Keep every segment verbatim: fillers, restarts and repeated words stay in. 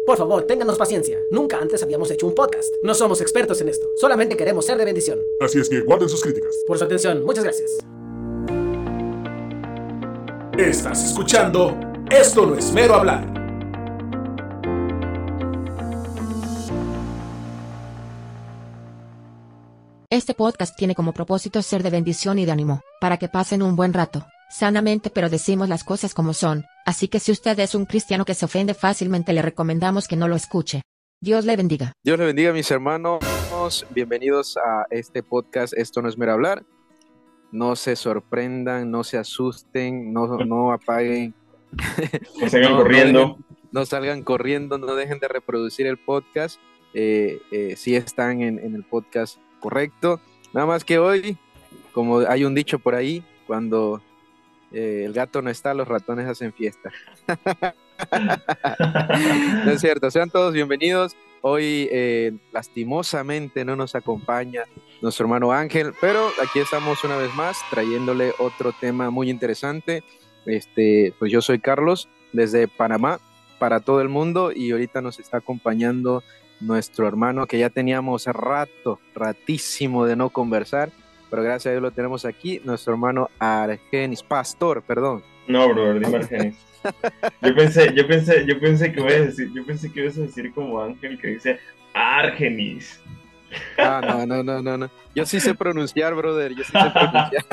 Por favor, ténganos paciencia. Nunca antes habíamos hecho un podcast. No somos expertos en esto. Solamente queremos ser de bendición. Así es que guarden sus críticas. Por su atención, muchas gracias. Estás escuchando Esto no es mero hablar. Este podcast tiene como propósito ser de bendición y de ánimo, para que pasen un buen rato, sanamente, pero decimos las cosas como son, así que si usted es un cristiano que se ofende fácilmente, le recomendamos que no lo escuche. Dios le bendiga. Dios le bendiga, mis hermanos. Bienvenidos a este podcast Esto no es mero hablar. No se sorprendan, no se asusten, no, no apaguen. No salgan no, corriendo. No, dejen, no salgan corriendo, no dejen de reproducir el podcast. Eh, eh, si están en, en el podcast correcto. Nada más que hoy, como hay un dicho por ahí, cuando eh, el gato no está, los ratones hacen fiesta. No es cierto, sean todos bienvenidos. Hoy eh, lastimosamente no nos acompaña nuestro hermano Ángel, pero aquí estamos una vez más trayéndole otro tema muy interesante. Este, pues yo soy Carlos desde Panamá para todo el mundo y ahorita nos está acompañando nuestro hermano que ya teníamos rato, ratísimo de no conversar, pero gracias a Dios lo tenemos aquí, nuestro hermano Argenis, pastor, perdón. No, brother, dime Argenis. Yo pensé, yo pensé, yo pensé que voy a decir, yo pensé que ibas a decir como Ángel que dice Argenis. Ah, no, no, no, no, no. Yo sí sé pronunciar, brother, yo sí sé pronunciar.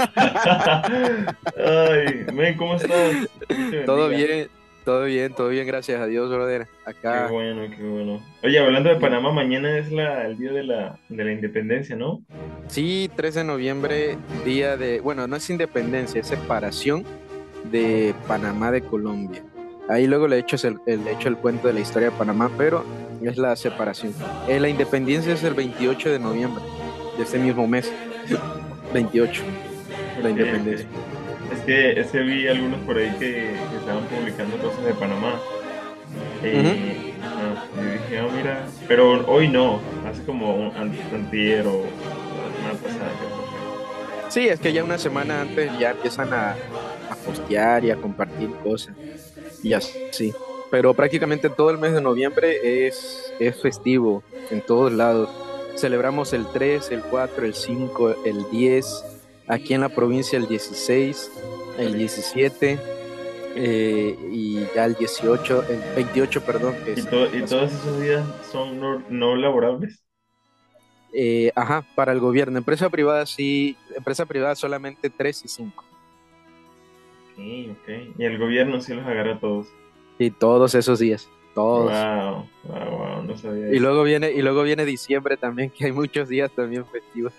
Ay, men, ¿cómo estás? Todo bien. Todo bien, todo bien, gracias a Dios, brother. Acá. Qué bueno, qué bueno. Oye, hablando de Panamá, mañana es la, el día de la, de la independencia, ¿no? Sí, tres de noviembre, día de, bueno, no es independencia, es separación de Panamá de Colombia. Ahí luego le he hecho el, el, he hecho el cuento de la historia de Panamá, pero es la separación. Eh, la independencia es el veintiocho de noviembre, de este mismo mes. veintiocho, la independencia. Es que, es que vi algunos por ahí que, que estaban publicando cosas de Panamá. Eh, uh-huh. ah, y dije, oh, mira, pero hoy no, hace como un antier o la semana pasada. Sí, es que ya una semana antes ya empiezan a, a postear y a compartir cosas. Y así. Pero prácticamente todo el mes de noviembre es, es festivo en todos lados. Celebramos el tres, el cuatro, el cinco, el diez. Aquí en la provincia el dieciséis, el diecisiete eh, y ya el dieciocho, el veintiocho, perdón. ¿Y, to- y todos esos días son no, no laborables? Eh, ajá, para el gobierno. Empresa privada sí, empresa privada solamente tres y cinco. Ok, ok. Y el gobierno sí los agarra a todos. Y todos esos días, todos. Wow, wow, wow, no sabía y eso. luego viene y luego viene diciembre también, que hay muchos días también festivos.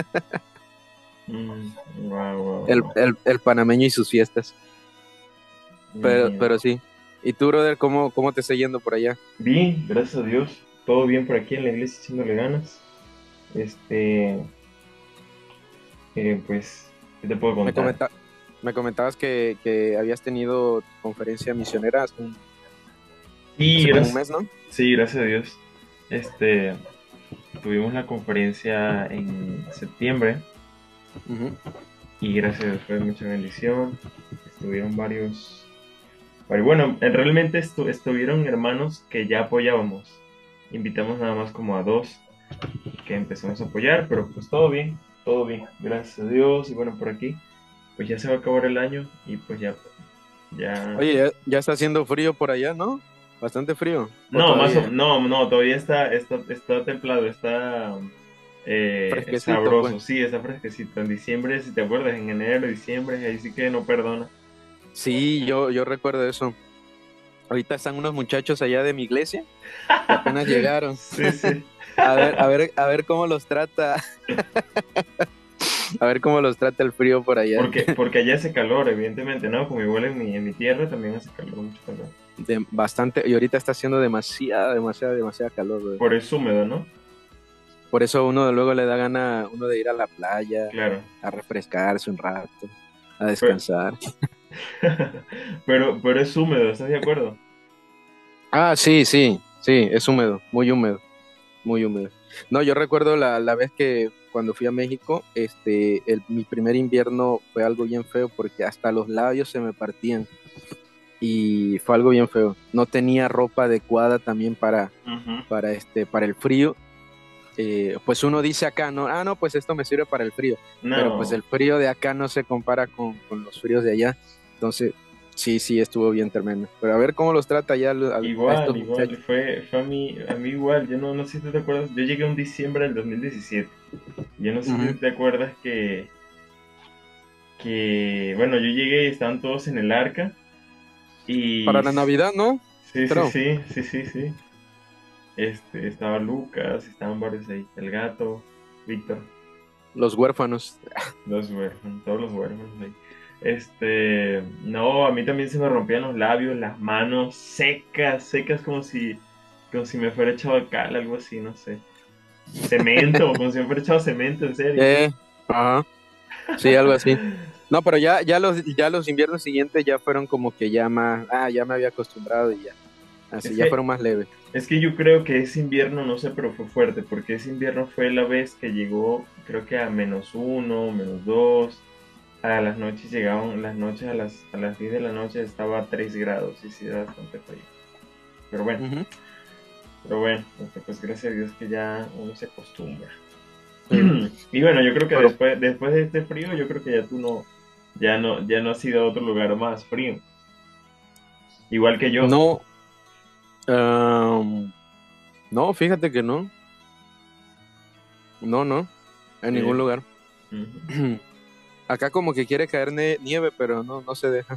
Mm, wow, wow, el, wow. el, el panameño y sus fiestas. Pero, Bien. pero sí. ¿Y tú, brother, cómo, cómo te está yendo por allá? Bien, gracias a Dios. Todo bien por aquí en la iglesia, echándole ganas. Este, eh, pues, ¿qué te puedo Me, contar? comenta, me comentabas que, que habías tenido conferencia misionera hace, un, Sí, hace como gracias, un mes, ¿no? sí, gracias a Dios. Este, tuvimos la conferencia en septiembre Uh-huh. y gracias a Dios fue mucha bendición. Estuvieron varios, varios bueno, en- realmente estu- estuvieron hermanos que ya apoyábamos. Invitamos nada más como a dos que empezamos a apoyar, pero pues todo bien, todo bien, gracias a Dios. Y bueno, por aquí, pues ya se va a acabar el año y pues ya, ya... Oye, ya, ya está haciendo frío por allá, ¿no? Bastante frío. No, más o... Todavía. no, no, todavía está, está, está templado, está eh, Fresquecito, sabroso, pues. sí, está fresquecito. En diciembre, si te acuerdas, en enero, diciembre, ahí sí que no perdona. Sí, yo, yo recuerdo eso. Ahorita están unos muchachos allá de mi iglesia que apenas llegaron. Sí, sí. A ver, a ver, a ver cómo los trata. A ver cómo los trata el frío por allá. Porque, porque allá hace calor, evidentemente, ¿no? Como igual en mi, en mi tierra también hace calor, mucho calor. De, bastante, y ahorita está haciendo demasiada, demasiada, demasiada calor, bro. Por eso húmedo, ¿no? Por eso uno luego le da gana uno de ir a la playa, Claro. a refrescarse un rato, a Pero, descansar. pero, pero es húmedo, ¿estás de acuerdo? Ah, sí, sí, sí, es húmedo, muy húmedo, muy húmedo. No, yo recuerdo la, la vez que cuando fui a México, este, el, mi primer invierno fue algo bien feo porque hasta los labios se me partían. y fue algo bien feo. No tenía ropa adecuada también para, Ujú. para, este, para el frío. Eh, pues uno dice acá, no, ah, no, pues esto me sirve para el frío, pero pues No, el frío de acá no se compara con, con los fríos de allá. Entonces, sí, sí, estuvo bien tremendo. Pero a ver cómo los trata ya a, a estos igual, igual, muchachos. fue, fue a mí, a mí igual, yo no, no sé si tú te acuerdas, yo llegué un diciembre del dos mil diecisiete, yo no sé si Ujú. te acuerdas que, que, bueno, yo llegué y estaban todos en el arca, y Para la s- Navidad, ¿no? sí, sí, Creo. sí, sí, sí, sí, este, estaba Lucas, estaban varios ahí, el gato, Víctor, Los huérfanos. los huérfanos, todos los huérfanos ahí. Este, no, a mí también se me rompían los labios, las manos secas, secas como si, como si me fuera echado cal, algo así, no sé. Cemento, como si me fuera echado cemento, en serio. Eh, ajá, sí, algo así. No, pero ya, ya los, ya los inviernos siguientes ya fueron como que ya más, ah, ya me había acostumbrado y ya. Así, Es ya que, fueron más leves. es que yo creo que ese invierno, no sé, pero fue fuerte, porque ese invierno fue la vez que llegó, creo que a menos uno, menos dos. A las noches llegaban, las noches a las, a las diez de la noche estaba a tres grados y sí, era bastante frío. Pero bueno. Ujú, Pero bueno, este, pues gracias a Dios que ya uno se acostumbra. sí. Y bueno, yo creo que Pero después, después de este frío, yo creo que ya tú no, ya no, ya no has ido a otro lugar más frío. Igual que yo. no, am, no, fíjate que no, no, no, en ningún Sí. lugar. Ujú. Acá como que quiere caer ne- nieve, pero no, no se deja.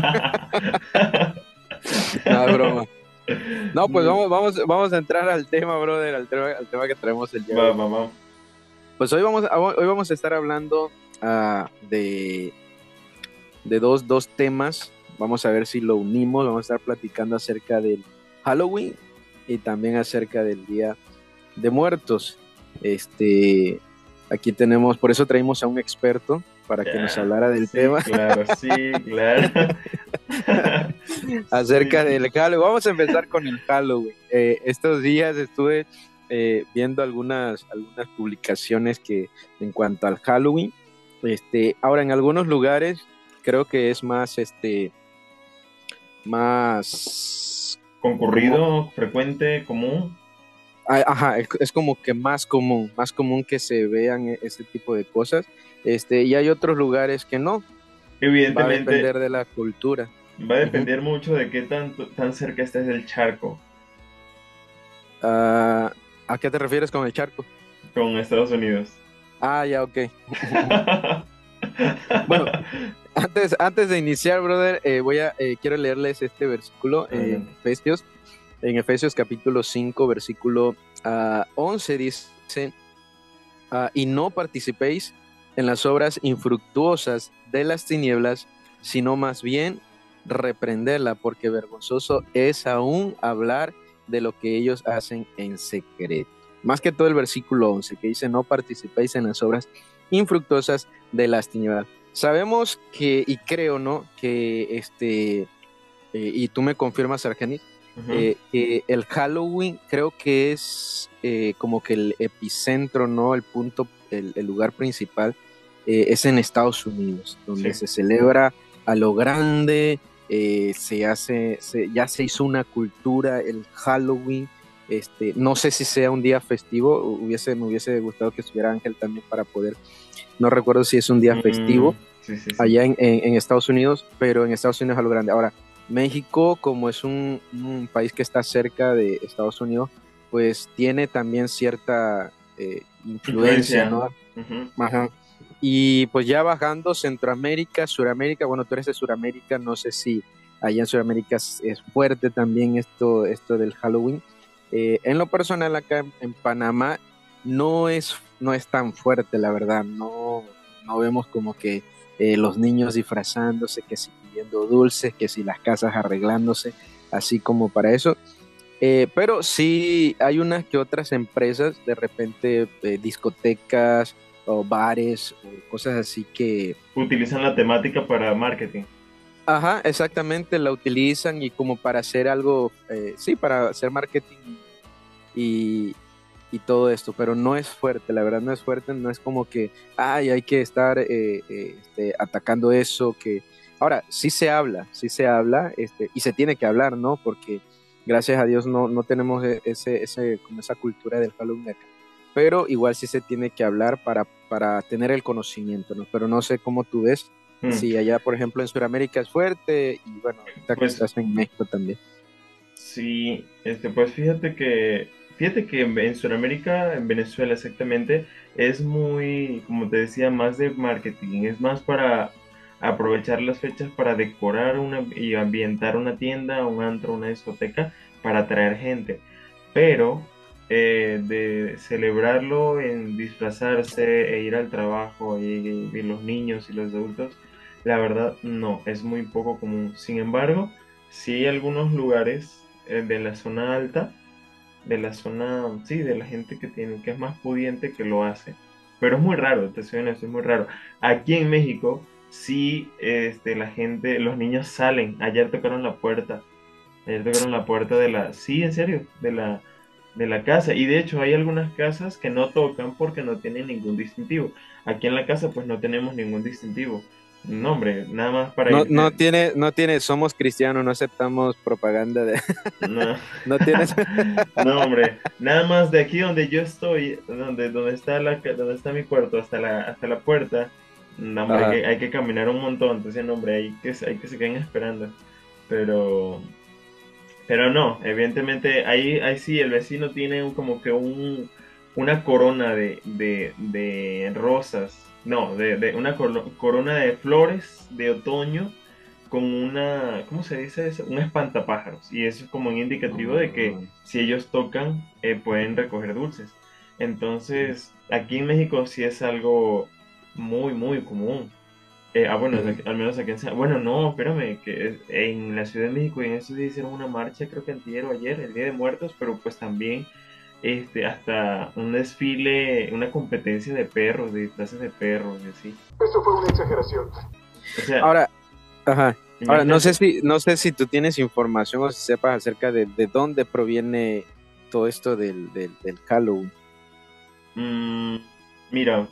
Nada, es broma. No, pues No, vamos, vamos, vamos a entrar al tema, brother, al tema, al tema que traemos el día de va, hoy. va, va. Pues hoy vamos, a- hoy vamos a estar hablando ah, de, de dos, dos temas. Vamos a ver si lo unimos. Vamos a estar platicando acerca del Halloween y también acerca del Día de Muertos. Este, aquí tenemos, por eso traímos a un experto para que nos Ya, hablara del sí, tema claro, sí, claro. acerca Sí. del Halloween. Vamos a empezar con el Halloween. Eh, estos días estuve eh, viendo algunas, algunas publicaciones que en cuanto al Halloween. Este, ahora, en algunos lugares creo que es más, este, más, como, Concurrido, frecuente, común. a- ajá, es, es como que más común, más común que se vean e- ese tipo de cosas. Este, y hay otros lugares que no, va a Evidentemente, depender de la cultura. va a Ujú. depender mucho de qué tanto, tan cerca estés del charco Ah, ¿a qué te refieres con el charco? con Estados Unidos. Ah, ya, ok. Bueno, antes, antes de iniciar, brother, eh, voy a, eh, quiero leerles este versículo en Adelante. Efesios, en Efesios capítulo cinco, versículo ah, once, dice, ah, y no participéis en las obras infructuosas de las tinieblas, sino más bien reprenderla, porque vergonzoso es aún hablar de lo que ellos hacen en secreto. Más que todo el versículo once, que dice, no participéis en las obras infructuosas de las tinieblas. Sabemos que, y creo, ¿no? Que este, eh, y tú me confirmas, Argenis, Ujú. eh, que el Halloween creo que es eh, como que el epicentro, ¿no? El punto, el, el lugar principal eh, es en Estados Unidos, donde Sí. se celebra a lo grande, eh, se hace, se, ya se hizo una cultura, el Halloween. Este, no sé si sea un día festivo, hubiese, me hubiese gustado que estuviera Ángel también para poder, no recuerdo si es un día Mm, festivo sí, sí, sí. allá en, en, en Estados Unidos, pero en Estados Unidos a lo grande. Ahora, México, como es un, un país que está cerca de Estados Unidos, pues tiene también cierta eh, influencia, Influencia. ¿no? Ujú. Ajá. Y pues ya bajando Centroamérica, Suramérica, bueno, tú eres de Suramérica, no sé si allá en Suramérica es, es fuerte también esto, esto del Halloween. Eh, en lo personal, acá en, en Panamá no es, no es tan fuerte, la verdad, no, no vemos como que eh, los niños disfrazándose, que si pidiendo dulces, que si las casas arreglándose, así como para eso. Eh, pero sí hay unas que otras empresas, de repente eh, discotecas o bares o cosas así que, Utilizan la temática para marketing. ajá, exactamente, la utilizan y como para hacer algo, eh, sí, para hacer marketing y, y todo esto, pero no es fuerte, la verdad no es fuerte, no es como que, ay, hay que estar eh, eh, este, atacando eso, que Ahora, sí se habla, sí se habla, este, y se tiene que hablar, ¿no? Porque gracias a Dios no, no tenemos e- ese, ese, como esa cultura del Halloween acá. Pero igual sí se tiene que hablar para, para tener el conocimiento, ¿no? Pero no sé cómo tú ves, Mm, si allá, por ejemplo, en Sudamérica es fuerte, y bueno, ahorita que Pues estás en México también. sí, este, pues fíjate que, fíjate que en, en Sudamérica, en Venezuela exactamente, es muy, como te decía, más de marketing, es más para aprovechar las fechas para decorar una y ambientar una tienda, un antro, una discoteca, para atraer gente. Pero eh, de celebrarlo en disfrazarse e ir al trabajo y, y los niños y los adultos, la verdad no, es muy poco común. Sin embargo, sí hay algunos lugares eh, de la zona alta, de la zona, sí, de la gente que tiene, que es más pudiente que lo hace. Pero es muy raro, te soy honesto, es muy raro. Aquí en México, sí, este, la gente, los niños salen. Ayer tocaron la puerta, ayer tocaron la puerta de la, sí, en serio, de la, de la casa. Y de hecho hay algunas casas que no tocan porque no tienen ningún distintivo. Aquí en la casa pues no tenemos ningún distintivo. No, hombre, nada más para No, no irte. tiene, no tiene, somos cristianos, no aceptamos propaganda de, No, no tienes. no, hombre, nada más de aquí donde yo estoy, donde, donde está la, ca- donde está mi cuarto, hasta la, hasta la puerta, no, hombre, hay Ajá. que, hay que caminar un montón, entonces, no, hombre, hay que, hay que se queden esperando. Pero, pero no, evidentemente, ahí, ahí sí, el vecino tiene un- como que un, una corona de, de, de rosas, no, de, de una colo- corona de flores de otoño con una, ¿cómo se dice eso? Un espantapájaros. Y eso es como un indicativo de que Mm. si ellos tocan, eh, pueden recoger dulces. Entonces, aquí en México sí es algo muy, muy común. Eh, ah, bueno, Ujú. al menos aquí en Sa- Bueno, no, espérame, que es- en la Ciudad de México y en estos días hicieron una marcha, creo que antier o ayer, el Día de Muertos, pero pues también este, hasta un desfile, una competencia de perros, de disfraces de perros y así. Eso fue una exageración. O sea, Ahora, ajá. Ahora, no sé imagínate. si, no sé si tú tienes información o si sepas acerca de, de dónde proviene todo esto del, del, del Halloween. Mm, Mira,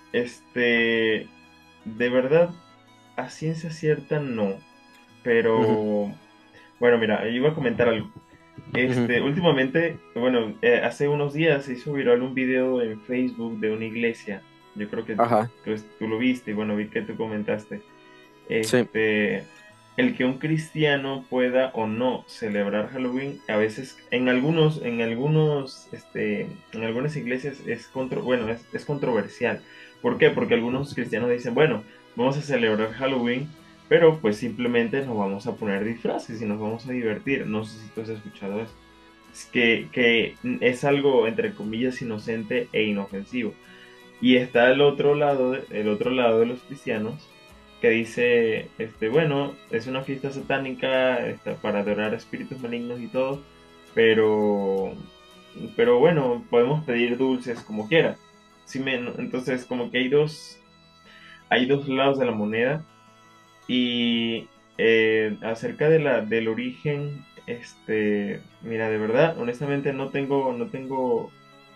este, de verdad, a ciencia cierta no, Ujú, pero bueno, mira, iba a comentar algo. ujú. Este, últimamente, bueno, eh, hace unos días se hizo viral un video en Facebook de una iglesia. Yo creo que Ajá, tú, tú lo viste y bueno, vi que tú comentaste. sí, Este, el que un cristiano pueda o no celebrar Halloween, a veces en algunos, en algunos, este, en algunas iglesias es contro, bueno, es, es controversial. ¿Por qué? Porque algunos cristianos dicen, bueno, vamos a celebrar Halloween, pero pues simplemente nos vamos a poner disfraces y nos vamos a divertir. No sé si tú has escuchado eso. Es que, que es algo, entre comillas, inocente e inofensivo. Y está el otro lado, de- el otro lado de los cristianos que dice, este, bueno, es una fiesta satánica esta, para adorar a espíritus malignos y todo, pero, pero bueno, podemos pedir dulces como quiera. Sí me- entonces, como que hay dos, hay dos lados de la moneda y eh, acerca de la, del origen, este, mira, de verdad, honestamente no tengo, no tengo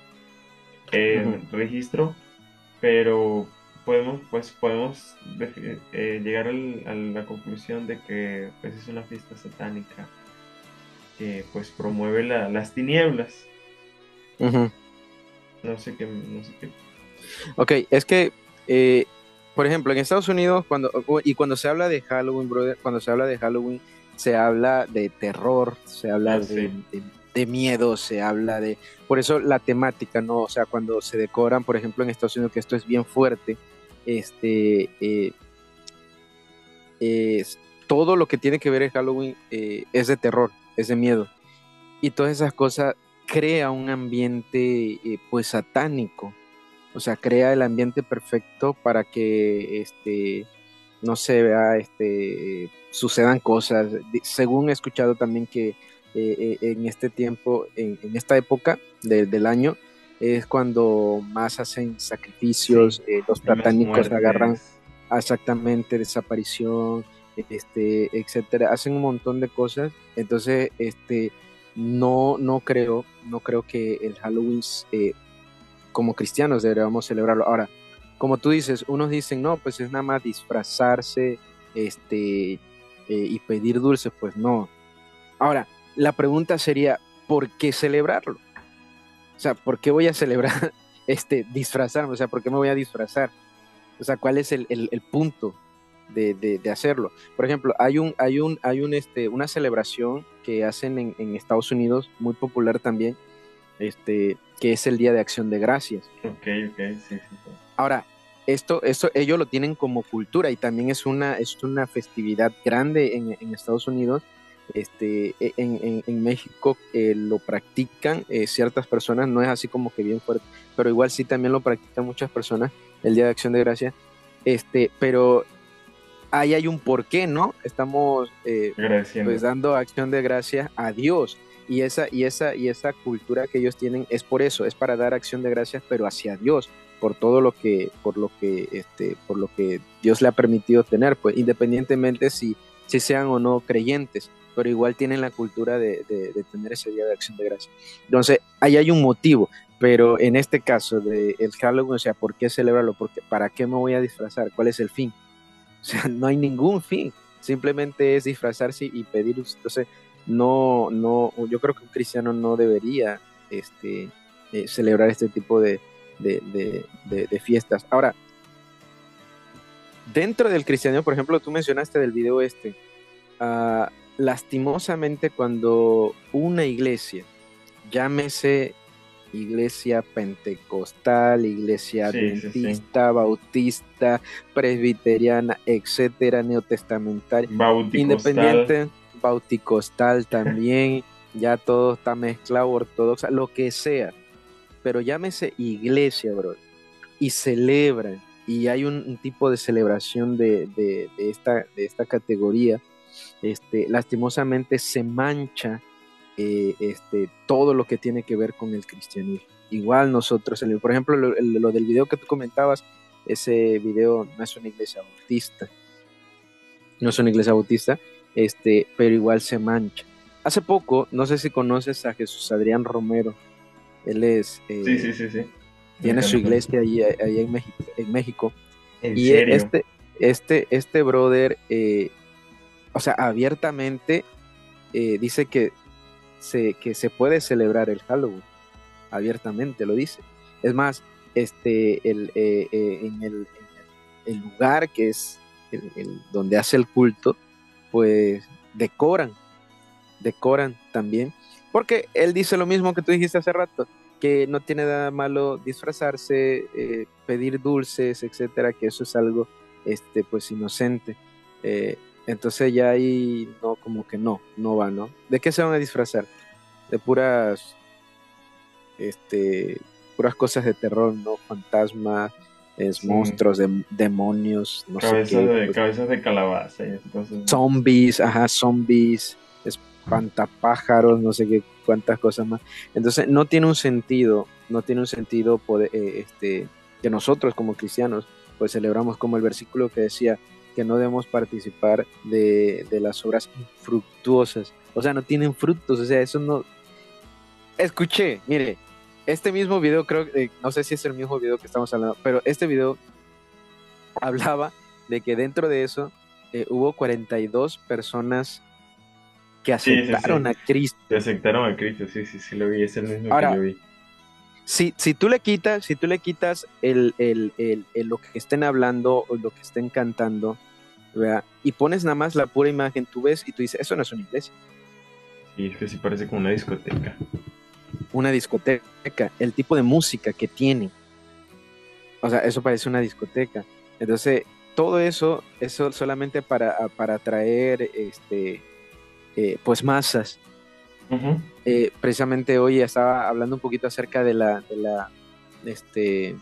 ujú. eh, registro, pero podemos, pues, podemos defi- eh, llegar al- a la conclusión de que pues, es una fiesta satánica que pues promueve la- las tinieblas. Ujú. No sé qué, no sé qué. Ok, es que, eh, por ejemplo, en Estados Unidos, cuando, o- y cuando se habla de Halloween, brother, cuando se habla de Halloween, se habla de terror, se habla Ah, de, sí. de- de miedo, se habla de... Por eso la temática, ¿no? O sea, cuando se decoran, por ejemplo, en Estados Unidos, que esto es bien fuerte, este, eh, es- todo lo que tiene que ver en Halloween eh, es de terror, es de miedo. Y todas esas cosas crea un ambiente, eh, pues, satánico. O sea, crea el ambiente perfecto para que, este, no se vea, este, sucedan cosas. Di- Según he escuchado también que eh, eh, en este tiempo, en, en esta época de- del año, es cuando más hacen Sí, sacrificios, eh, los hay más satánicos agarran muertes. exactamente desaparición, este, etcétera, hacen un montón de cosas. Entonces, este, no, no creo, no creo que el Halloween eh, como cristianos deberíamos celebrarlo. Ahora, como tú dices, unos dicen, no, pues es nada más disfrazarse este, eh, y pedir dulces, pues no. Ahora, la pregunta sería, ¿por qué celebrarlo? O sea, ¿por qué voy a celebrar, este, disfrazarme? O sea, ¿por qué me voy a disfrazar? O sea, ¿cuál es el, el, el punto de, de, de hacerlo? Por ejemplo, hay un, hay un, hay un, este, una celebración que hacen en, en Estados Unidos, muy popular también, este, que es el Día de Acción de Gracias. Ok, ok, sí, sí, sí. Ahora, esto, esto ellos lo tienen como cultura y también es una, es una festividad grande en, en Estados Unidos. Este, en, en, en México eh, lo practican eh, ciertas personas, no es así como que bien fuerte, pero igual sí también lo practican muchas personas, el Día de Acción de Gracias, este, pero ahí hay un porqué, ¿no? Estamos eh, pues dando acción de gracias a Dios, y esa, y, esa, y esa cultura que ellos tienen es por eso, es para dar acción de gracias, pero hacia Dios, por todo lo que, por lo que, este, por lo que Dios le ha permitido tener, pues independientemente si, si sean o no creyentes, pero igual tienen la cultura de, de, de tener ese Día de Acción de Gracias. Entonces, ahí hay un motivo, pero en este caso de el Halloween, o sea, ¿por qué celebrarlo? Porque, ¿para qué me voy a disfrazar? ¿Cuál es el fin? O sea, no hay ningún fin, simplemente es disfrazarse y pedir. Entonces, no, no, yo creo que un cristiano no debería este, eh, celebrar este tipo de, de, de, de, de fiestas. Ahora, dentro del cristianismo, por ejemplo, tú mencionaste del video este, uh, lastimosamente cuando una iglesia, llámese iglesia pentecostal, iglesia Sí, adventista, sí, sí. bautista, presbiteriana, etcétera, neotestamental, Bauticostal. independiente, bauticostal también, ya todo está mezclado, ortodoxa, lo que sea, pero llámese iglesia, bro, y celebran, y hay un, un tipo de celebración de, de, de, esta, de esta categoría. Este, lastimosamente se mancha eh, este, todo lo que tiene que ver con el cristianismo. Igual nosotros, el, por ejemplo, lo, el, lo del video que tú comentabas, ese video no es una iglesia bautista, no es una iglesia bautista, este, pero igual se mancha. Hace poco, no sé si conoces a Jesús Adrián Romero, él es... Eh, sí, sí, sí, sí. Tiene su iglesia ahí, ahí en México. En México. ¿En y serio? este, este, este brother... Eh, o sea, abiertamente eh, dice que se, que se puede celebrar el Halloween, abiertamente lo dice. Es más, este, el, eh, eh, en, el, en el, el lugar que es el, el, donde hace el culto, pues decoran, decoran también, porque él dice lo mismo que tú dijiste hace rato, que no tiene nada malo disfrazarse, eh, pedir dulces, etcétera, que eso es algo, este, pues inocente. Eh, Entonces ya ahí no, como que no, no va, ¿no? ¿De qué se van a disfrazar? De puras, este, puras cosas de terror, ¿no? Fantasmas, es, sí. Monstruos, de, demonios, no cabezas sé qué. De, pues, cabezas de calabaza. Y entonces... Zombies, ajá, zombies, espantapájaros, no sé qué, cuántas cosas más. Entonces no tiene un sentido, no tiene un sentido poder, eh, este, que nosotros como cristianos, pues celebramos como el versículo que decía, que no debemos participar de, de las obras infructuosas, o sea, no tienen frutos, o sea, eso no... Escuché, mire, este mismo video, creo, eh, no sé si es el mismo video que estamos hablando, pero este video hablaba de que dentro de eso eh, hubo cuarenta y dos personas que aceptaron sí, sí, sí. a Cristo. Que aceptaron a Cristo, sí, sí, sí, lo vi, es el mismo Ahora, que yo vi. Si, si tú le quitas, si tú le quitas el, el, el, el, lo que estén hablando o lo que estén cantando, ¿verdad? Y pones nada más la pura imagen, tú ves y tú dices, eso no es una iglesia. Sí, es que sí parece como una discoteca. Una discoteca, el tipo de música que tiene. O sea, eso parece una discoteca. Entonces, todo eso, eso solamente para, para atraer este, eh, pues masas. Uh-huh. Eh, precisamente hoy estaba hablando un poquito acerca de la, de la, este...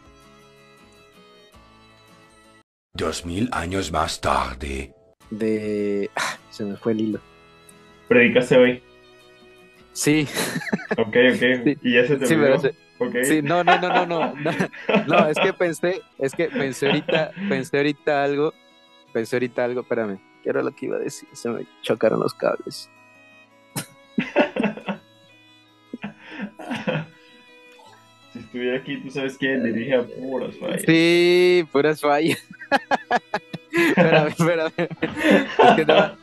Dos mil años más tarde. De... Ah, se me fue el hilo. ¿Predicaste hoy? Sí. Ok, ok. Sí. ¿Y ya se te Sí, olvidó? se... Okay. Sí, no, no, no, no, no, no, no, es que pensé, es que pensé ahorita, pensé ahorita algo, pensé ahorita algo, espérame, ¿qué era lo que iba a decir? Se me chocaron los cables. Si estuviera aquí, tú sabes quién dirige a puras fallas. Sí, puras fallas. Espérame, espera, es que no,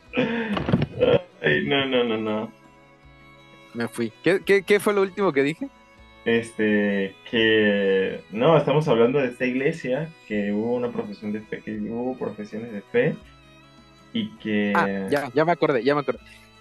Ay, no, no, no, no. me fui. ¿Qué, qué, qué fue lo último que dije? Este, que no, estamos hablando de esta iglesia, que hubo una profesión de fe, que hubo profesiones de fe y Ah, que... ya, ya me acordé, ya me acordé.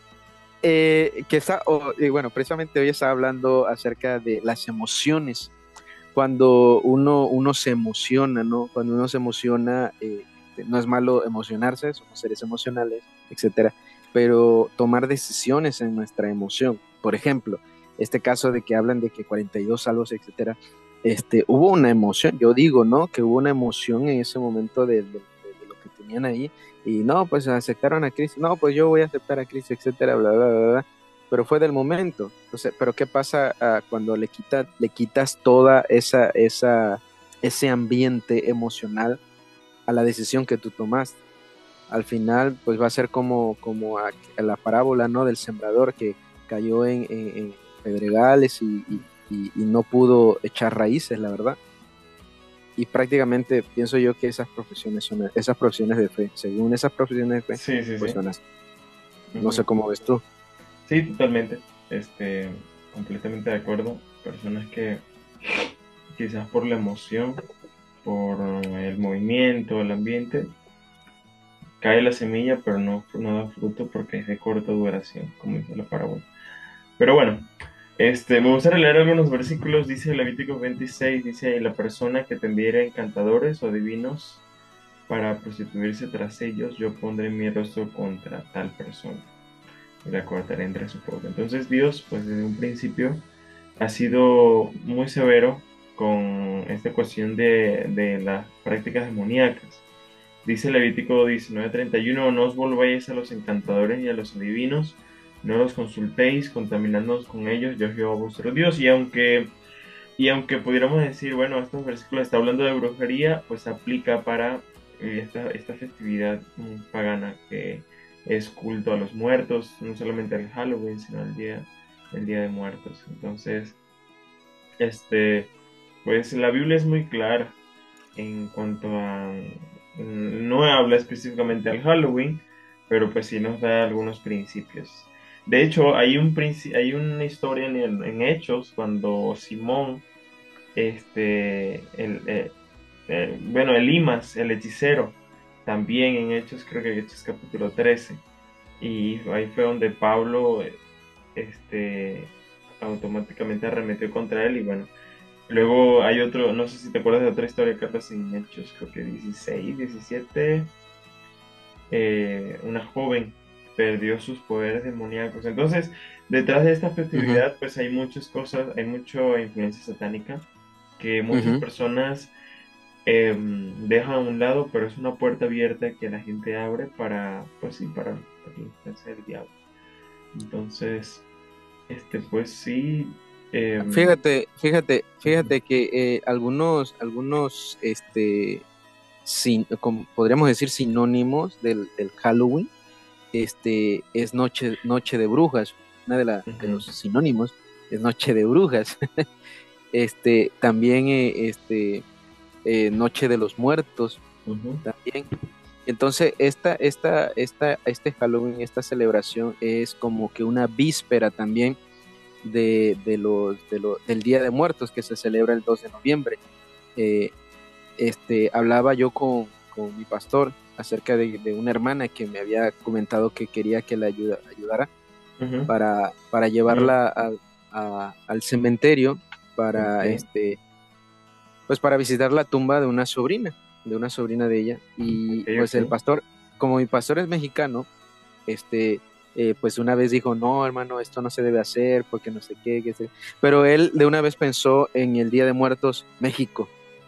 Eh, que está, oh, y bueno, precisamente hoy estaba hablando acerca de las emociones. Cuando uno, uno se emociona, ¿no? Cuando uno se emociona, eh, no es malo emocionarse, somos seres emocionales, etcétera, pero tomar decisiones en nuestra emoción. Por ejemplo, este caso de que hablan de que cuarenta y dos salvos, etcétera, este, hubo una emoción, yo digo, ¿no? Que hubo una emoción en ese momento de, de, de, de lo que tenían ahí, y no, pues aceptaron a Cristo, no, pues yo voy a aceptar a Cristo, etcétera, bla, bla, bla, bla. Pero fue del momento. Entonces, pero ¿qué pasa uh, cuando le, quita, le quitas toda esa, esa, ese ambiente emocional a la decisión que tú tomaste? Al final, pues va a ser como, como a, a la parábola, ¿no? Del sembrador que cayó en, en, en pedregales y, y, y, y no pudo echar raíces, la verdad. Y prácticamente pienso yo que esas profesiones son esas profesiones de fe. Según esas profesiones de fe, Sí, sí, pues sí. son así. No sé cómo ves tú. Sí, totalmente. Este, completamente de acuerdo. Personas que quizás por la emoción, por el movimiento, el ambiente, cae la semilla, pero no, no da fruto porque es de corta duración, como dice la parábola. Pero bueno, este, me gustaría leer algunos versículos. Dice Levítico veintiséis, dice, la persona que tendiera encantadores o divinos para prostituirse tras ellos, yo pondré mi rostro contra tal persona y la cortaré entre su pueblo. Entonces Dios, pues desde un principio, ha sido muy severo con esta cuestión de, de las prácticas demoníacas. Dice Levítico diecinueve treinta y uno, no os volvéis a los encantadores ni a los adivinos, no los consultéis, contaminándoos con ellos, yo Jehová vuestro Dios. Y aunque, y aunque pudiéramos decir, bueno, estos versículos está hablando de brujería, pues aplica para esta, esta festividad pagana que es culto a los muertos, no solamente el Halloween, sino el día, el día de muertos. Entonces, este, pues la Biblia es muy clara en cuanto a, no habla específicamente al Halloween, pero pues sí nos da algunos principios. De hecho, hay, un, hay una historia en, en Hechos cuando Simón, este, el, eh, eh, bueno, Elimas, el hechicero, también en Hechos, creo que Hechos capítulo trece, y ahí fue donde Pablo este, automáticamente arremetió contra él y bueno, luego hay otro, no sé si te acuerdas de otra historia, Carlos, en Hechos, creo que dieciséis, diecisiete, eh, una joven perdió sus poderes demoníacos. Entonces, detrás de esta festividad, uh-huh. pues hay muchas cosas, hay mucha influencia satánica que muchas uh-huh. personas eh, dejan a un lado, pero es una puerta abierta que la gente abre para, pues sí, para, para la influencia del diablo. Entonces, este, pues sí. Eh, fíjate, fíjate, fíjate que eh, algunos, algunos, este, sin, como podríamos decir sinónimos del, del Halloween, este, es noche, noche de brujas. Una de, la, uh-huh. de los sinónimos es noche de brujas. este, también, eh, este, eh, noche de los muertos, uh-huh. también. Entonces, esta, esta, esta, este Halloween, esta celebración es como que una víspera también de, de los, de lo, del Día de Muertos que se celebra el dos de noviembre. Eh, este, hablaba yo con, con mi pastor acerca de, de una hermana que me había comentado que quería que la ayuda, ayudara uh-huh. para, para llevarla uh-huh. a, a, al cementerio para, okay. este, pues para visitar la tumba de una sobrina, de una sobrina de ella. Y okay, pues okay. el pastor, como mi pastor es mexicano, este... Eh, pues una vez dijo, no, hermano, esto no se debe hacer, porque no sé qué, qué sé. Pero él de una vez pensó en el Día de Muertos México.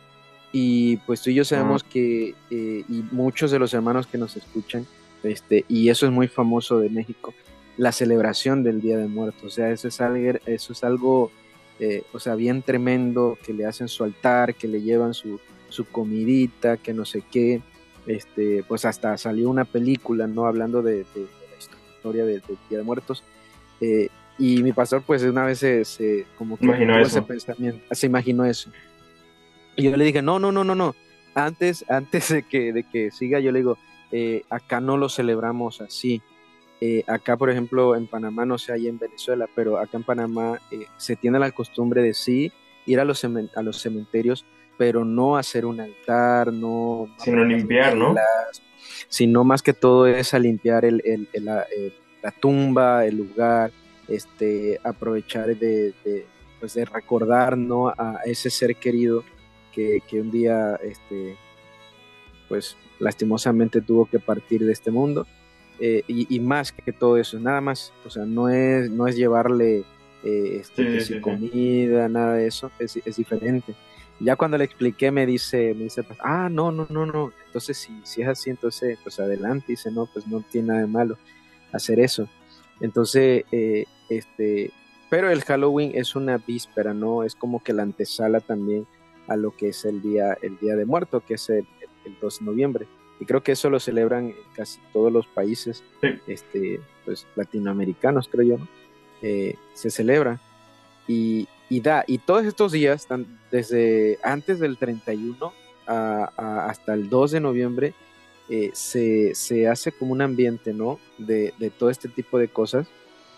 Y pues tú y yo sabemos ah. que, eh, y muchos de los hermanos que nos escuchan, este, y eso es muy famoso de México, la celebración del Día de Muertos. O sea, eso es algo, eso es algo eh, o sea, bien tremendo, que le hacen su altar, que le llevan su, su comidita, que no sé qué. Este, pues hasta salió una película, ¿no? Hablando de... de del de Día de Muertos, eh, y mi pastor pues una vez se, se como que imaginó eso. Ese pensamiento, se imaginó eso, y yo le dije no, no, no, no, no, antes, antes de que, de que siga, yo le digo, eh, acá no lo celebramos así. Eh, acá, por ejemplo, en Panamá, no sé, ahí en Venezuela, pero acá en Panamá eh, se tiene la costumbre de sí ir a los, cemen- a los cementerios, pero no hacer un altar, no, no Sino aprender limpiar, ¿no? velas, sino más que todo es a limpiar el, el- el- la, el- la tumba, el lugar, este, aprovechar de, de, pues de recordar, ¿no? A ese ser querido que, que un día, este, pues lastimosamente tuvo que partir de este mundo. Eh, y, y más que todo eso, nada más, o sea, no es, no es llevarle eh, Sí, este, que sí, si sí, sí. comida, nada de eso, es, es diferente. Ya cuando le expliqué me dice, me dice, pues, ah, no, no, no, no, entonces si, si es así, entonces, pues adelante, dice, no, pues no tiene nada de malo hacer eso. Entonces, eh, este, pero el Halloween es una víspera, ¿no? Es como que la antesala también a lo que es el día, el día de muerto, que es el, el, el dos de noviembre. Y creo que eso lo celebran en casi todos los países Sí. este, pues, latinoamericanos, creo yo, ¿no? Eh, se celebra. Y, y, da, y todos estos días, tan- desde antes del treinta y uno a, a- hasta el dos de noviembre, eh, se, se hace como un ambiente, ¿no? De, de todo este tipo de cosas.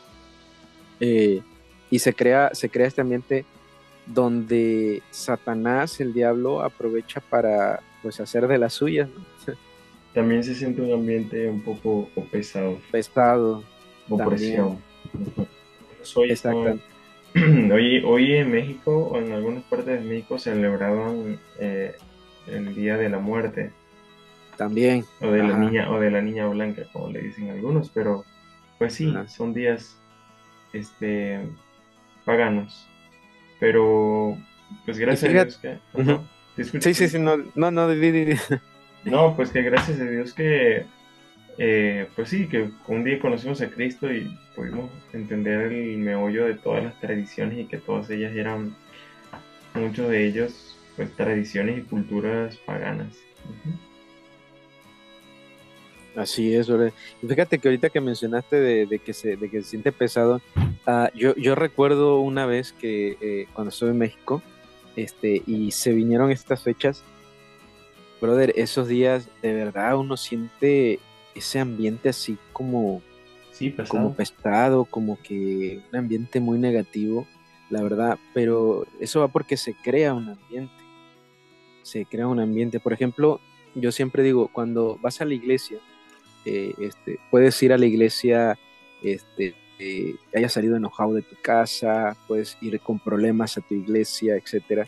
eh, y se crea, se crea este ambiente donde Satanás, el diablo, aprovecha para pues hacer de las suyas, ¿no? También se siente un ambiente un poco pesado, Pesado también, opresión. Ujú. Hoy, exactamente. hoy, hoy en México, o en algunas partes de México, celebraban eh, el Día de la Muerte, También, o de la ajá, niña, o de la niña blanca, como le dicen algunos, pero pues sí, ajá. son días este, paganos. Pero, pues Y gracias a fíjate, Dios que... ujú. Ajá, ¿te escucho? Sí, sí, sí, no, no, no, di, di, di. No, pues que gracias a Dios que, eh, pues sí, que un día conocimos a Cristo y pudimos entender el meollo de todas las tradiciones y que todas ellas eran, muchos de ellos, pues tradiciones y culturas paganas. Ujú. Así es, ¿verdad? Y fíjate que ahorita que mencionaste de, de que se, de que se siente pesado, ah, yo, yo recuerdo una vez que eh, cuando estuve en México, este, y se vinieron estas fechas, brother, esos días de verdad uno siente ese ambiente así como, Sí, como pesado. pesado, como que un ambiente muy negativo, la verdad, pero eso va porque se crea un ambiente, se crea un ambiente. Por ejemplo, yo siempre digo, cuando vas a la iglesia, eh, este, puedes ir a la iglesia, este, eh, que hayas salido enojado de tu casa, puedes ir con problemas a tu iglesia, etcétera.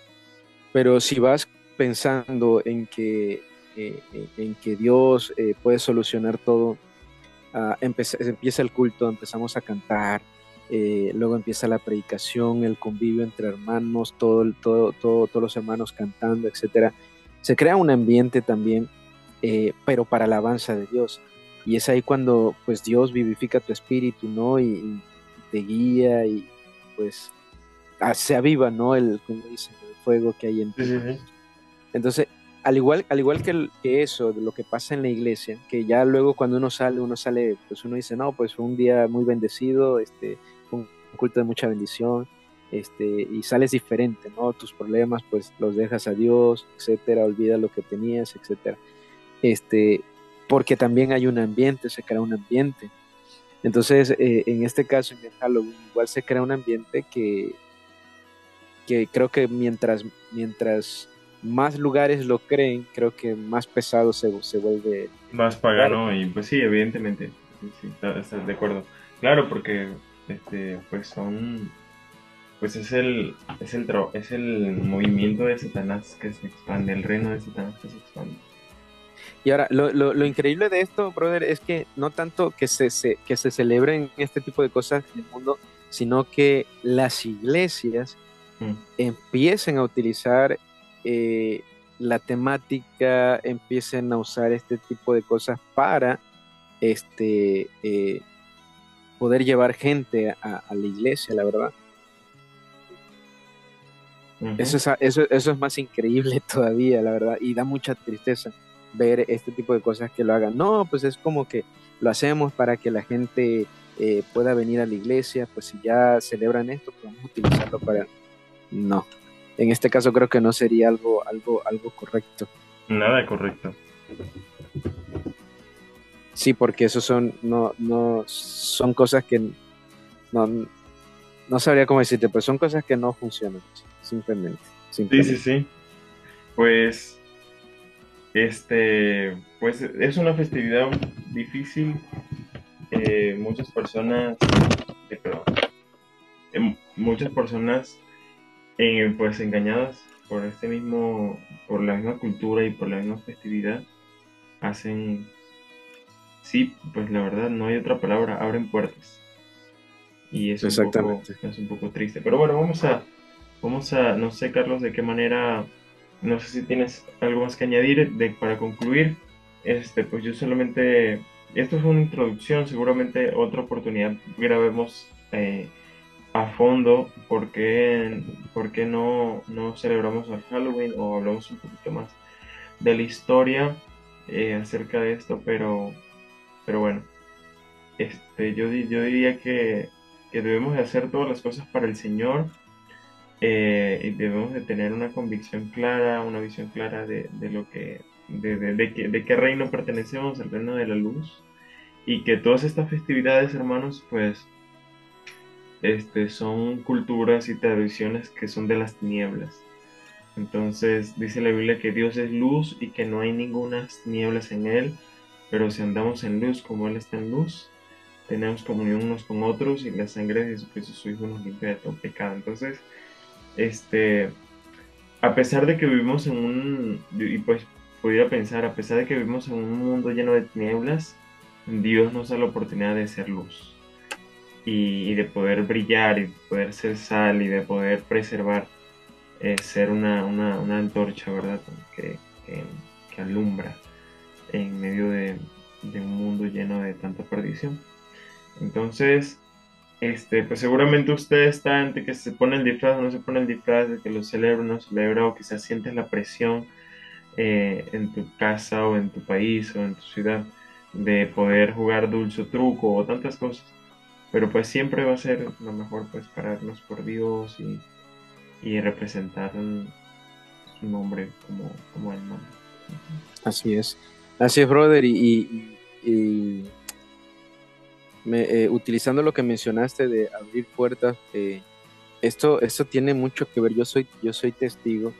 Pero si vas pensando en que, eh, en que Dios eh, puede solucionar todo, ah, empeza- empieza el culto, empezamos a cantar, eh, luego empieza la predicación, el convivio entre hermanos, todo, el- todo, todo, todos los hermanos cantando, etcétera. Se crea un ambiente también, eh, pero para alabanza de Dios. Y es ahí cuando pues Dios vivifica tu espíritu, ¿no? Y, y te guía y pues ah, se aviva, ¿no? El, como dicen, el fuego que hay en Sí, ti. sí, sí. Entonces, al igual, al igual que, el- que eso, de lo que pasa en la iglesia, que ya luego cuando uno sale, uno sale, pues uno dice, no, pues fue un día muy bendecido, este, fue un culto de mucha bendición, este, y sales diferente, ¿no? Tus problemas, pues los dejas a Dios, etcétera, olvida lo que tenías, etcétera. Este, porque también hay un ambiente, se crea un ambiente. Entonces, eh, en este caso, en el Halloween, igual se crea un ambiente que, que creo que mientras, mientras más lugares lo creen, creo que más pesado se, se vuelve el Más lugar. pagano y pues sí, evidentemente. Sí, sí, está- estás de acuerdo. Claro, porque este, pues son, pues es el, es el, tra- es el movimiento de Satanás que se expande, el reino de Satanás que se expande. Y ahora, lo, lo, lo increíble de esto, brother, es que no tanto que se, se, que se celebren este tipo de cosas en el mundo, sino que las iglesias Mm. empiecen a utilizar eh, la temática, empiecen a usar este tipo de cosas para este, eh, poder llevar gente a, a la iglesia, la verdad. Eso Ujú. es, eso, eso es más increíble todavía, la verdad, y da mucha tristeza ver este tipo de cosas que lo hagan. No, pues es como que lo hacemos para que la gente eh, pueda venir a la iglesia, pues si ya celebran esto, pues vamos a utilizarlo para... No, en este caso creo que no sería algo, algo, algo correcto. Nada correcto. Sí, porque esos son, no, no, son cosas que no, no sabría cómo decirte, pero son cosas que no funcionan, simplemente, Sí, sí, simplemente. sí. Pues, este, pues es una festividad difícil. Eh, muchas personas, eh, perdón, eh, muchas personas, eh, pues engañadas por este mismo, por la misma cultura y por la misma festividad, hacen, sí, pues la verdad no hay otra palabra, abren puertas. Y es un poco, Exactamente. es un poco triste. Pero bueno, vamos a, vamos a, no sé, Carlos, de qué manera, no sé si tienes algo más que añadir de, para concluir. Este, pues yo solamente, esto es una introducción, seguramente otra oportunidad grabemos eh, a fondo por qué, por qué no, no celebramos el Halloween o hablamos un poquito más de la historia eh, acerca de esto, pero, pero bueno. Este, yo, di- yo diría que, que debemos de hacer todas las cosas para el Señor, eh, y debemos de tener una convicción clara, una visión clara de, de lo que, de, de, de qué, de qué reino pertenecemos, el reino de la luz, y que todas estas festividades, hermanos, pues, este, son culturas y tradiciones que son de las tinieblas. Entonces dice la Biblia que Dios es luz y que no hay ninguna tinieblas en Él, pero si andamos en luz como Él está en luz, tenemos comunión unos con otros y la sangre de Jesucristo su Hijo nos limpia de todo pecado. Entonces, este, a pesar de que vivimos en un, y pues pudiera pensar, a pesar de que vivimos en un mundo lleno de tinieblas, Dios nos da la oportunidad de ser luz y, y de poder brillar y de poder ser sal y de poder preservar, eh, ser una, una, una antorcha, ¿verdad? Que, que, que alumbra en medio de, de un mundo lleno de tanta perdición. Entonces, este, pues seguramente usted está entre que se pone el disfraz o no se pone el disfraz, de que lo celebra o no celebra, o quizás sientes la presión eh, en tu casa o en tu país o en tu ciudad de poder jugar dulce o truco o tantas cosas. Pero pues siempre va a ser lo mejor pues pararnos por Dios y, y representar un- su nombre como, como el manda. Así es. Así es, brother, y, y- y me- eh, utilizando lo que mencionaste de abrir puertas, eh, esto, esto tiene mucho que ver. Yo soy, yo soy testigo,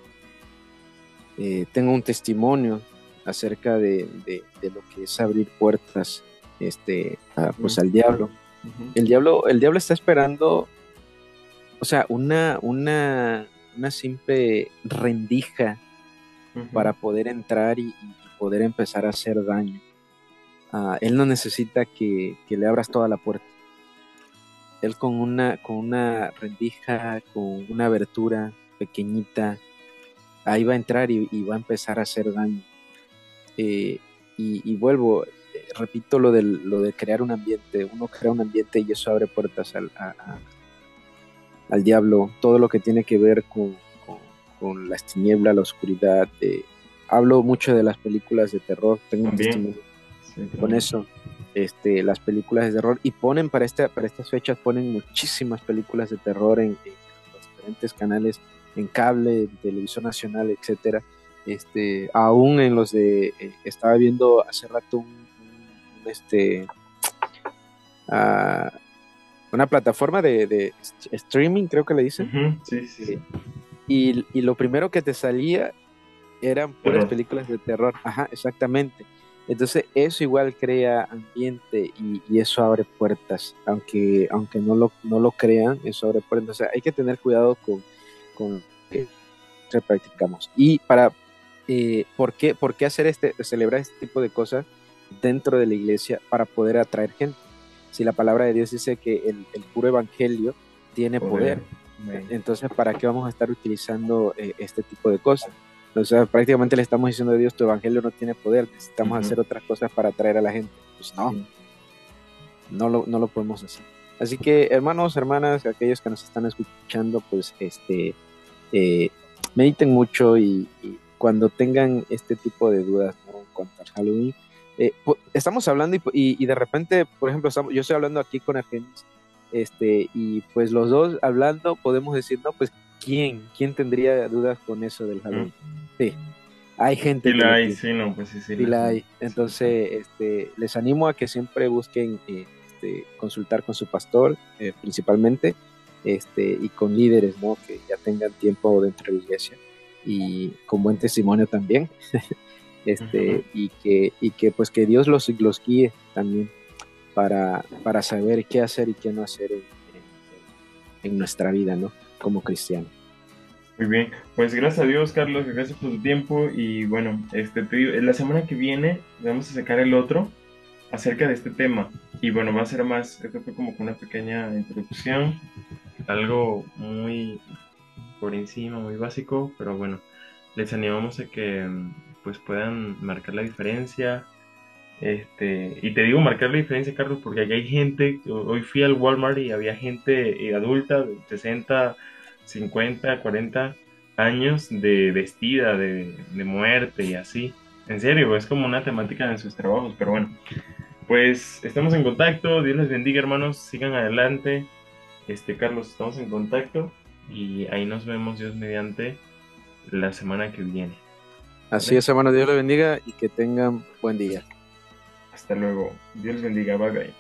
eh, tengo un testimonio acerca de, de- de lo que es abrir puertas, este, a, pues Ujú, al diablo. ujú, El diablo, el diablo está esperando, o sea, una, una, una simple rendija ujú. para poder entrar y, y poder empezar a hacer daño. Ah, él no necesita que, que le abras toda la puerta. Él con una, con una rendija, con una abertura pequeñita, ahí va a entrar y, y va a empezar a hacer daño. Eh, y, y vuelvo, eh, repito lo, del, lo de crear un ambiente. Uno crea un ambiente y eso abre puertas al, a- a- al diablo. Todo lo que tiene que ver con, con, con las tinieblas, la oscuridad. eh, hablo mucho de las películas de terror, tengo un También, testimonio sí, con también. eso. Este, las películas de terror y ponen para, este, para estas fechas ponen muchísimas películas de terror en, en los diferentes canales, en cable, en televisión nacional, etcétera. Este, aún en los de, eh, estaba viendo hace rato un, un- un, este, ah, una plataforma de, de st- streaming, creo que le dicen, Ujú, sí, sí, eh, sí. y, y lo primero que te salía eran puras Terror. películas de terror. Ajá, exactamente. Entonces eso igual crea ambiente y, y eso abre puertas, aunque, aunque no lo, no lo crean, eso abre puertas. O sea, hay que tener cuidado con, con lo que practicamos. Y para, eh, ¿por qué, por qué hacer este, celebrar este tipo de cosas dentro de la iglesia para poder atraer gente? Si la palabra de Dios dice que el, el puro evangelio tiene Poder. poder, Amén. entonces, ¿para qué vamos a estar utilizando eh, este tipo de cosas? O sea, prácticamente le estamos diciendo a Dios, tu evangelio no tiene poder, necesitamos Ujú, hacer otras cosas para atraer a la gente. Pues no, sí. no lo, no lo podemos hacer. Así que, hermanos, hermanas, aquellos que nos están escuchando, pues, este, eh, mediten mucho y, y cuando tengan este tipo de dudas, ¿no? En cuanto al Halloween, eh, pu- estamos hablando y, y- y de repente, por ejemplo, estamos, yo estoy hablando aquí con Argenis, este, y pues los dos hablando podemos decir, no, pues, ¿quién? ¿Quién tendría dudas con eso del Ujú. Halloween? Sí, hay gente Sí que la lo hay, tiene. sí, no, pues sí, sí. Sí la hay. Entonces, este, les animo a que siempre busquen eh, este, consultar con su pastor, eh, principalmente, este, y con líderes, ¿no? Que ya tengan tiempo dentro de la iglesia y con buen testimonio también, este, Ujú. y que, y que pues que Dios los, los guíe también para, para saber qué hacer y qué no hacer en, en, en nuestra vida, ¿no? Como cristianos. Muy bien, pues gracias a Dios, Carlos, gracias por tu tiempo y bueno, este, te digo, la semana que viene vamos a sacar el otro acerca de este tema y bueno, va a ser más, esto fue como una pequeña introducción, algo muy por encima, muy básico, pero bueno, les animamos a que pues puedan marcar la diferencia, este, y te digo marcar la diferencia, Carlos, porque aquí hay gente, hoy fui al Walmart y había gente adulta de sesenta, cincuenta, cuarenta años de vestida de, de muerte y así. En serio, es como una temática de sus trabajos, pero bueno, pues estamos en contacto, Dios les bendiga, hermanos, sigan adelante. Este, Carlos, estamos en contacto y ahí nos vemos, Dios mediante, la semana que viene. Así es, hermano, Dios le bendiga y que tengan buen día. Hasta luego, Dios les bendiga, bye bye.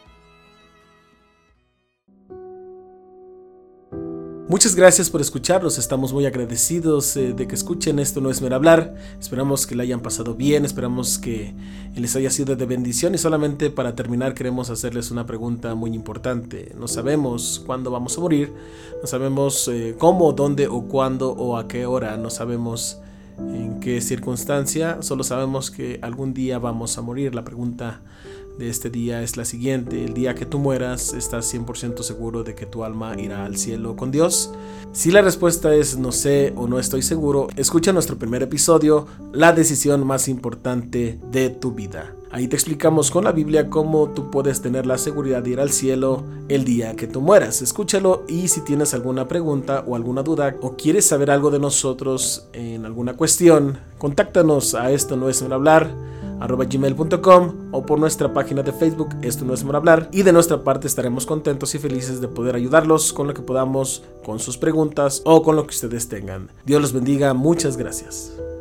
Muchas gracias por escucharnos, estamos muy agradecidos eh, de que escuchen Esto No Es Mero Hablar. Esperamos que la hayan pasado bien, esperamos que les haya sido de bendición y solamente para terminar queremos hacerles una pregunta muy importante. No sabemos cuándo vamos a morir, no sabemos eh, cómo, dónde o cuándo o a qué hora, no sabemos en qué circunstancia, solo sabemos que algún día vamos a morir. La pregunta de este día es la siguiente: el día que tú mueras, ¿estás cien por ciento seguro de que tu alma irá al cielo con Dios? Si la respuesta es no sé o no estoy seguro, escucha nuestro primer episodio, La decisión más importante de tu vida. Ahí te explicamos con la Biblia cómo tú puedes tener la seguridad de ir al cielo el día que tú mueras. Escúchalo y si tienes alguna pregunta o alguna duda o quieres saber algo de nosotros en alguna cuestión, contáctanos a esto no es mero hablar arroba gmail punto com o por nuestra página de Facebook Esto No Es Mero Hablar, y de nuestra parte estaremos contentos y felices de poder ayudarlos con lo que podamos, con sus preguntas o con lo que ustedes tengan. Dios los bendiga, muchas gracias.